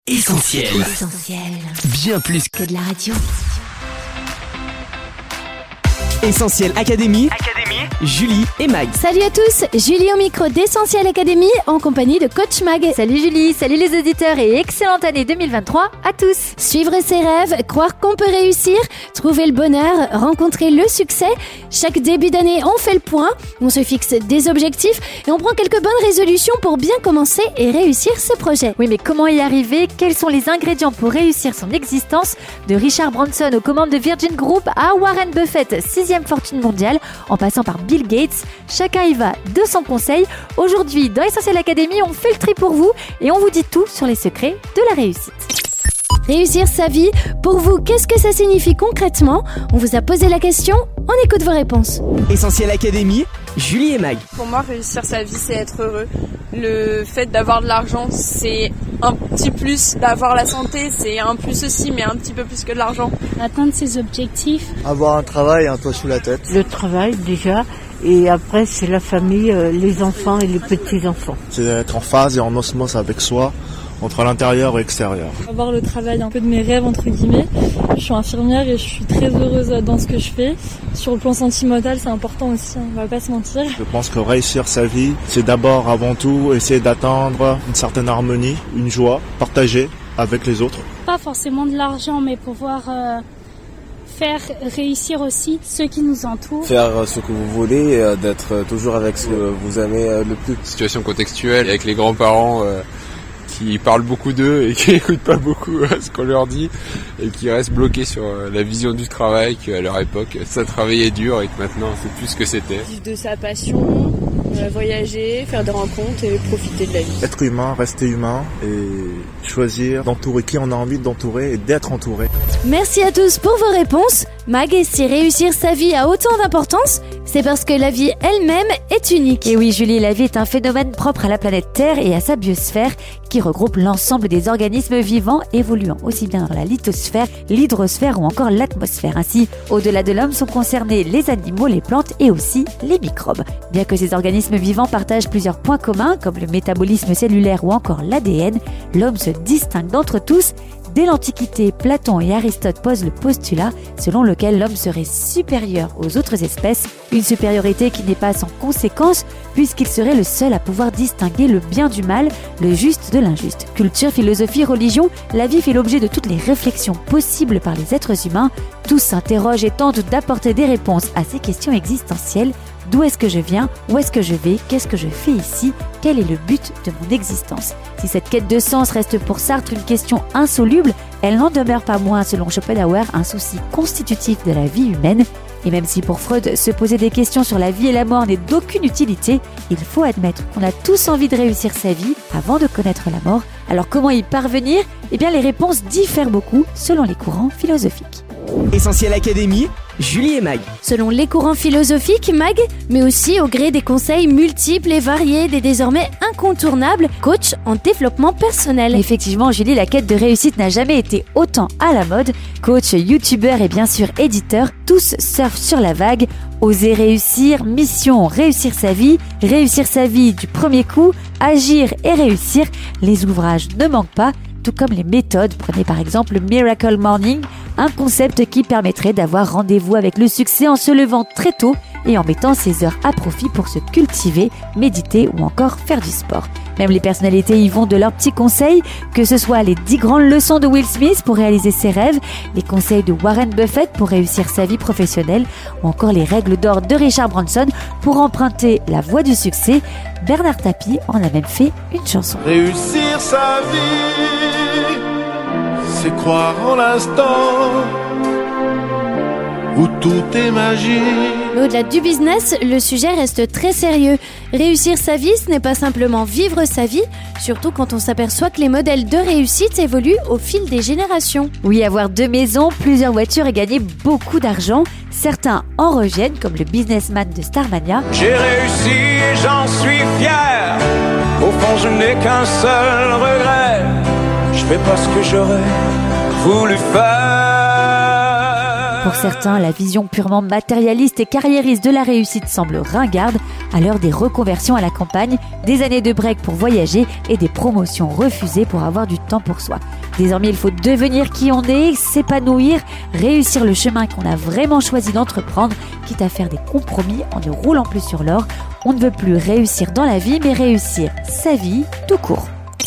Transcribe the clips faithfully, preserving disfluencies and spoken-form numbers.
Essentiel. Essentiel. Bien plus que de la radio. Essentiel Académie, Académie, Julie et Mag. Salut à tous, Julie au micro d'Essentiel Académie en compagnie de Coach Mag. Salut Julie, salut les auditeurs et excellente année deux mille vingt-trois à tous. Suivre ses rêves, croire qu'on peut réussir, trouver le bonheur, rencontrer le succès. Chaque début d'année, on fait le point, on se fixe des objectifs et on prend quelques bonnes résolutions pour bien commencer et réussir ses projets. Oui, mais comment y arriver? Quels sont les ingrédients pour réussir son existence? De Richard Branson aux commandes de Virgin Group à Warren Buffett, sixième fortune mondiale, en passant par Bill Gates, chacun y va de son conseil. Aujourd'hui, dans Essentiel Académie, on fait le tri pour vous et on vous dit tout sur les secrets de la réussite. Réussir sa vie, pour vous, qu'est-ce que ça signifie concrètement? On vous a posé la question, on écoute vos réponses. Essentiel Académie, Julie et Mag. Pour moi, réussir sa vie, c'est être heureux. Le fait d'avoir de l'argent, c'est un petit plus. D'avoir la santé, c'est un plus aussi, mais un petit peu plus que de l'argent. Atteindre ses objectifs. Avoir un travail, un toit sous la tête. Le travail déjà, et après c'est la famille, euh, les enfants et les petits-enfants. C'est d'être en phase et en osmose avec soi, entre l'intérieur et l'extérieur. Avoir le travail un peu de mes rêves entre guillemets. Je suis infirmière et je suis très heureuse dans ce que je fais. Sur le plan sentimental, c'est important aussi, on va pas se mentir. Je pense que réussir sa vie, c'est d'abord avant tout essayer d'atteindre une certaine harmonie, une joie partagée avec les autres. Pas forcément de l'argent, mais pouvoir euh, faire réussir aussi ceux qui nous entourent. Faire ce que vous voulez, euh, d'être toujours avec ce que vous aimez euh, le plus. Situation contextuelle avec les grands-parents euh, qui parlent beaucoup d'eux et qui n'écoutent pas beaucoup ce qu'on leur dit et qui restent bloqués sur la vision du travail qu'à leur époque ça travaillait dur et que maintenant c'est plus ce que c'était. Vivre de sa passion, euh, voyager, faire des rencontres et profiter de la vie. Être humain, rester humain et choisir d'entourer qui on a envie d'entourer et d'être entouré. Merci à tous pour vos réponses. Mag, si réussir sa vie a autant d'importance, c'est parce que la vie elle-même est unique. Et oui Julie, la vie est un phénomène propre à la planète Terre et à sa biosphère qui regroupe l'ensemble des organismes vivants évoluant aussi bien dans la lithosphère, l'hydrosphère ou encore l'atmosphère. Ainsi, au-delà de l'homme sont concernés les animaux, les plantes et aussi les microbes. Bien que ces organismes vivants partagent plusieurs points communs comme le métabolisme cellulaire ou encore l'A D N, l'homme se distingue d'entre tous. Dès l'Antiquité, Platon et Aristote posent le postulat selon lequel l'homme serait supérieur aux autres espèces, une supériorité qui n'est pas sans conséquence puisqu'il serait le seul à pouvoir distinguer le bien du mal, le juste de l'injuste. Culture, philosophie, religion, la vie fait l'objet de toutes les réflexions possibles par les êtres humains. Tous s'interrogent et tentent d'apporter des réponses à ces questions existentielles. D'où est-ce que je viens? Où est-ce que je vais? Qu'est-ce que je fais ici? Quel est le but de mon existence? Si cette quête de sens reste pour Sartre une question insoluble, elle n'en demeure pas moins, selon Schopenhauer, un souci constitutif de la vie humaine. Et même si pour Freud, se poser des questions sur la vie et la mort n'est d'aucune utilité, il faut admettre qu'on a tous envie de réussir sa vie avant de connaître la mort. Alors comment y parvenir? Eh bien les réponses diffèrent beaucoup selon les courants philosophiques. Essentiel Académie, Julie et Mag. Selon les courants philosophiques, Mag, mais aussi au gré des conseils multiples et variés des désormais incontournables coachs en développement personnel. Effectivement, Julie, la quête de réussite n'a jamais été autant à la mode. Coach, youtubeur et bien sûr éditeur, tous surfent sur la vague. Oser réussir, mission, réussir sa vie, réussir sa vie du premier coup, agir et réussir. Les ouvrages ne manquent pas, tout comme les méthodes. Prenez par exemple le Miracle Morning, un concept qui permettrait d'avoir rendez-vous avec le succès en se levant très tôt et en mettant ses heures à profit pour se cultiver, méditer ou encore faire du sport. Même les personnalités y vont de leurs petits conseils, que ce soit les dix grandes leçons de Will Smith pour réaliser ses rêves, les conseils de Warren Buffett pour réussir sa vie professionnelle ou encore les règles d'or de Richard Branson pour emprunter la voie du succès. Bernard Tapie en a même fait une chanson. Réussir sa vie, c'est croire en l'instant où tout est magie. Mais au-delà du business, le sujet reste très sérieux. Réussir sa vie, ce n'est pas simplement vivre sa vie, surtout quand on s'aperçoit que les modèles de réussite évoluent au fil des générations. Oui, avoir deux maisons, plusieurs voitures et gagner beaucoup d'argent, certains en reviennent, comme le businessman de Starmania. J'ai réussi et j'en suis fier. Au fond, je n'ai qu'un seul regret. Je fais pas ce que j'aurais voulu faire. Pour certains, la vision purement matérialiste et carriériste de la réussite semble ringarde à l'heure des reconversions à la campagne, des années de break pour voyager et des promotions refusées pour avoir du temps pour soi. Désormais, il faut devenir qui on est, s'épanouir, réussir le chemin qu'on a vraiment choisi d'entreprendre, quitte à faire des compromis en ne roulant plus sur l'or. On ne veut plus réussir dans la vie, mais réussir sa vie tout court.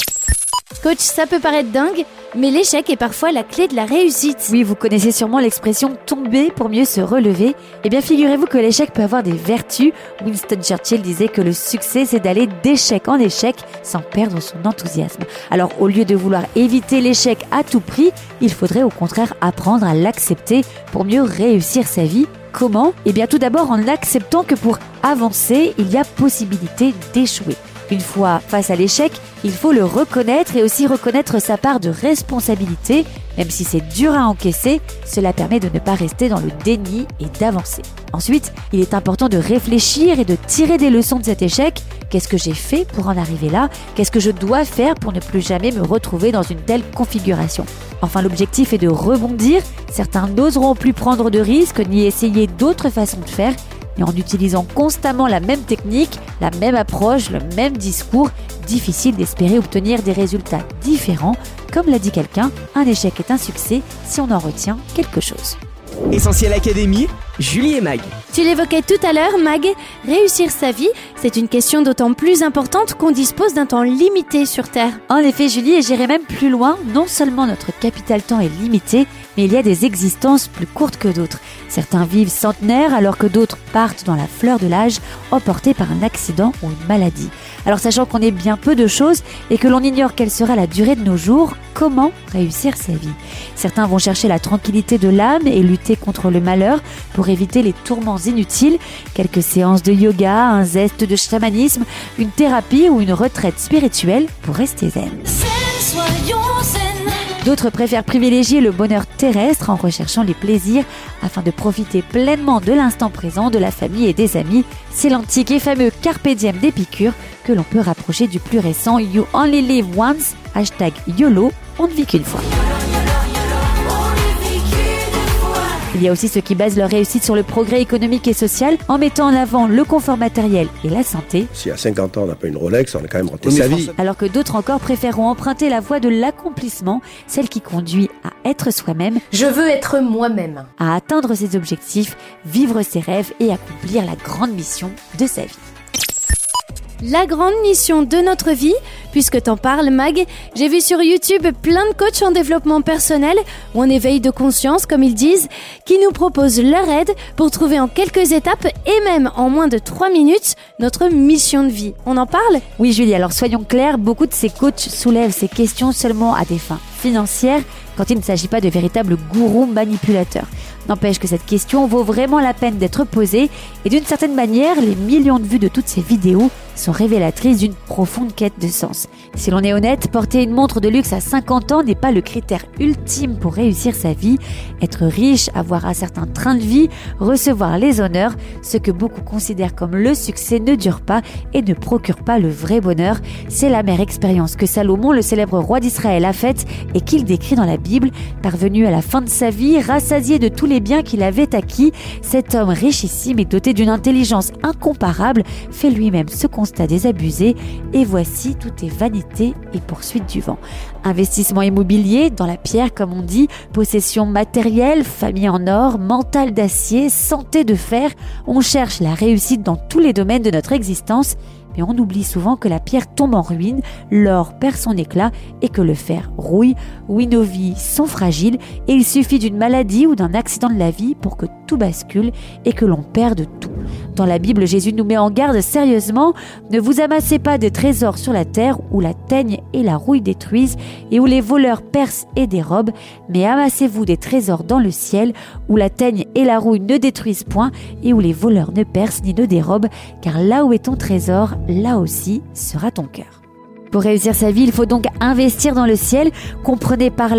Coach, ça peut paraître dingue, mais l'échec est parfois la clé de la réussite. Oui, vous connaissez sûrement l'expression « tomber pour mieux se relever ». Eh bien, figurez-vous que l'échec peut avoir des vertus. Winston Churchill disait que le succès, c'est d'aller d'échec en échec sans perdre son enthousiasme. Alors, au lieu de vouloir éviter l'échec à tout prix, il faudrait au contraire apprendre à l'accepter pour mieux réussir sa vie. Comment ? Eh bien, tout d'abord en acceptant que pour avancer, il y a possibilité d'échouer. Une fois face à l'échec, il faut le reconnaître et aussi reconnaître sa part de responsabilité. Même si c'est dur à encaisser, cela permet de ne pas rester dans le déni et d'avancer. Ensuite, il est important de réfléchir et de tirer des leçons de cet échec. Qu'est-ce que j'ai fait pour en arriver là ? Qu'est-ce que je dois faire pour ne plus jamais me retrouver dans une telle configuration ? Enfin, l'objectif est de rebondir. Certains n'oseront plus prendre de risques ni essayer d'autres façons de faire. Et en utilisant constamment la même technique, la même approche, le même discours, difficile d'espérer obtenir des résultats différents. Comme l'a dit quelqu'un, un échec est un succès si on en retient quelque chose. Essentiel Académie, Julie et Mag. Tu l'évoquais tout à l'heure, Mag, réussir sa vie, c'est une question d'autant plus importante qu'on dispose d'un temps limité sur Terre. En effet, Julie, et j'irai même plus loin, non seulement notre capital temps est limité, mais il y a des existences plus courtes que d'autres. Certains vivent centenaires alors que d'autres partent dans la fleur de l'âge, emportés par un accident ou une maladie. Alors sachant qu'on est bien peu de choses et que l'on ignore quelle sera la durée de nos jours, comment réussir sa vie ? Certains vont chercher la tranquillité de l'âme et lutter contre le malheur pour éviter les tourments inutiles. Quelques séances de yoga, un zeste de chamanisme, une thérapie ou une retraite spirituelle pour rester zen. D'autres préfèrent privilégier le bonheur terrestre en recherchant les plaisirs afin de profiter pleinement de l'instant présent, de la famille et des amis. C'est l'antique et fameux Carpe Diem d'Épicure que l'on peut rapprocher du plus récent You Only Live Once, hashtag YOLO, on ne vit qu'une fois. Il y a aussi ceux qui basent leur réussite sur le progrès économique et social en mettant en avant le confort matériel et la santé. Si à cinquante ans on n'a pas une Rolex, on a quand même renté sa vie. Alors que d'autres encore préféreront emprunter la voie de l'accomplissement, celle qui conduit à être soi-même. Je veux être moi-même. À atteindre ses objectifs, vivre ses rêves et accomplir la grande mission de sa vie. La grande mission de notre vie, puisque t'en parles, Mag, j'ai vu sur YouTube plein de coachs en développement personnel ou en éveil de conscience, comme ils disent, qui nous proposent leur aide pour trouver en quelques étapes et même en moins de trois minutes notre mission de vie. On en parle ? Oui, Julie, alors soyons clairs, beaucoup de ces coachs soulèvent ces questions seulement à des fins financières quand il ne s'agit pas de véritables gourous manipulateurs. N'empêche que cette question vaut vraiment la peine d'être posée et d'une certaine manière, les millions de vues de toutes ces vidéos sont révélatrices d'une profonde quête de sens. Si l'on est honnête, porter une montre de luxe à cinquante ans n'est pas le critère ultime pour réussir sa vie. Être riche, avoir un certain train de vie, recevoir les honneurs, ce que beaucoup considèrent comme le succès ne dure pas et ne procure pas le vrai bonheur. C'est la mère expérience que Salomon, le célèbre roi d'Israël, a faite et qu'il décrit dans la Bible. Parvenu à la fin de sa vie, rassasié de tous les biens qu'il avait acquis, cet homme richissime et doté d'une intelligence incomparable fait lui-même ce constat désabusé. Et voici, tout est vanité et poursuite du vent. Investissement immobilier, dans la pierre comme on dit, possession matérielle, famille en or, mental d'acier, santé de fer. On cherche la réussite dans tous les domaines de notre existence. Mais on oublie souvent que la pierre tombe en ruine, l'or perd son éclat et que le fer rouille. Oui, nos vies sont fragiles et il suffit d'une maladie ou d'un accident de la vie pour que tout bascule et que l'on perde tout. Dans la Bible, Jésus nous met en garde sérieusement. Ne vous amassez pas de trésors sur la terre où la teigne et la rouille détruisent et où les voleurs percent et dérobent, mais amassez-vous des trésors dans le ciel où la teigne et la rouille ne détruisent point et où les voleurs ne percent ni ne dérobent, car là où est ton trésor, là aussi sera ton cœur. Pour réussir sa vie, il faut donc investir dans le ciel. Comprenez par là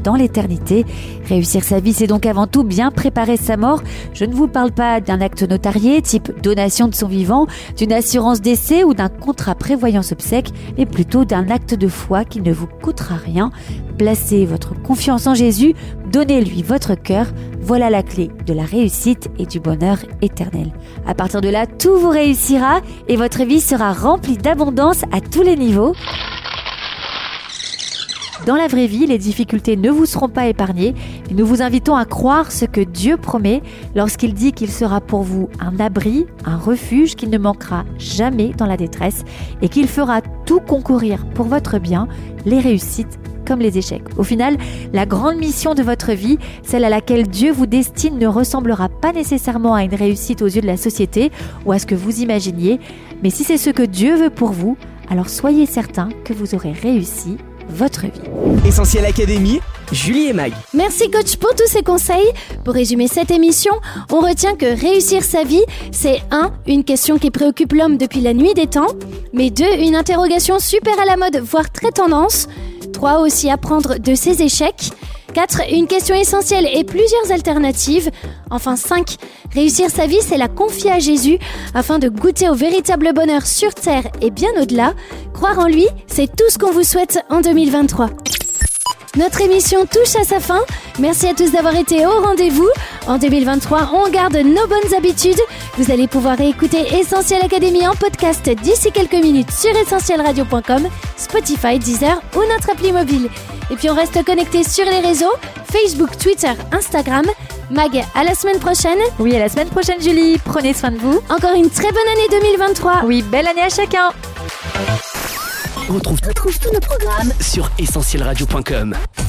dans l'éternité. Réussir sa vie, c'est donc avant tout bien préparer sa mort. Je ne vous parle pas d'un acte notarié, type donation de son vivant, d'une assurance décès ou d'un contrat prévoyance obsèques, mais plutôt d'un acte de foi qui ne vous coûtera rien. Placez votre confiance en Jésus, donnez-lui votre cœur. Voilà la clé de la réussite et du bonheur éternel. À partir de là, tout vous réussira et votre vie sera remplie d'abondance à tous les niveaux. Dans la vraie vie, les difficultés ne vous seront pas épargnées, mais nous vous invitons à croire ce que Dieu promet lorsqu'il dit qu'il sera pour vous un abri, un refuge, qu'il ne manquera jamais dans la détresse et qu'il fera tout concourir pour votre bien, les réussites comme les échecs. Au final, la grande mission de votre vie, celle à laquelle Dieu vous destine, ne ressemblera pas nécessairement à une réussite aux yeux de la société ou à ce que vous imaginiez, mais si c'est ce que Dieu veut pour vous, alors soyez certain que vous aurez réussi votre vie. Essentiel Académie, Julie et Mag. Merci coach pour tous ces conseils. Pour résumer cette émission, on retient que réussir sa vie, c'est un, une question qui préoccupe l'homme depuis la nuit des temps, mais deux, une interrogation super à la mode, voire très tendance. trois. Aussi apprendre de ses échecs. quatre. Une question essentielle et plusieurs alternatives. Enfin cinq. Réussir sa vie, c'est la confier à Jésus afin de goûter au véritable bonheur sur terre et bien au-delà. Croire en lui, c'est tout ce qu'on vous souhaite en deux mille vingt-trois. Notre émission touche à sa fin. Merci à tous d'avoir été au rendez-vous. En deux mille vingt-trois, on garde nos bonnes habitudes. Vous allez pouvoir écouter Essentiel Académie en podcast d'ici quelques minutes sur essentiel radio point com, Spotify, Deezer ou notre appli mobile. Et puis on reste connecté sur les réseaux, Facebook, Twitter, Instagram. Mag, à la semaine prochaine. Oui, à la semaine prochaine Julie. Prenez soin de vous. Encore une très bonne année deux mille vingt-trois. Oui, belle année à chacun. On retrouve, retrouve tous nos programmes sur essentiel radio point com.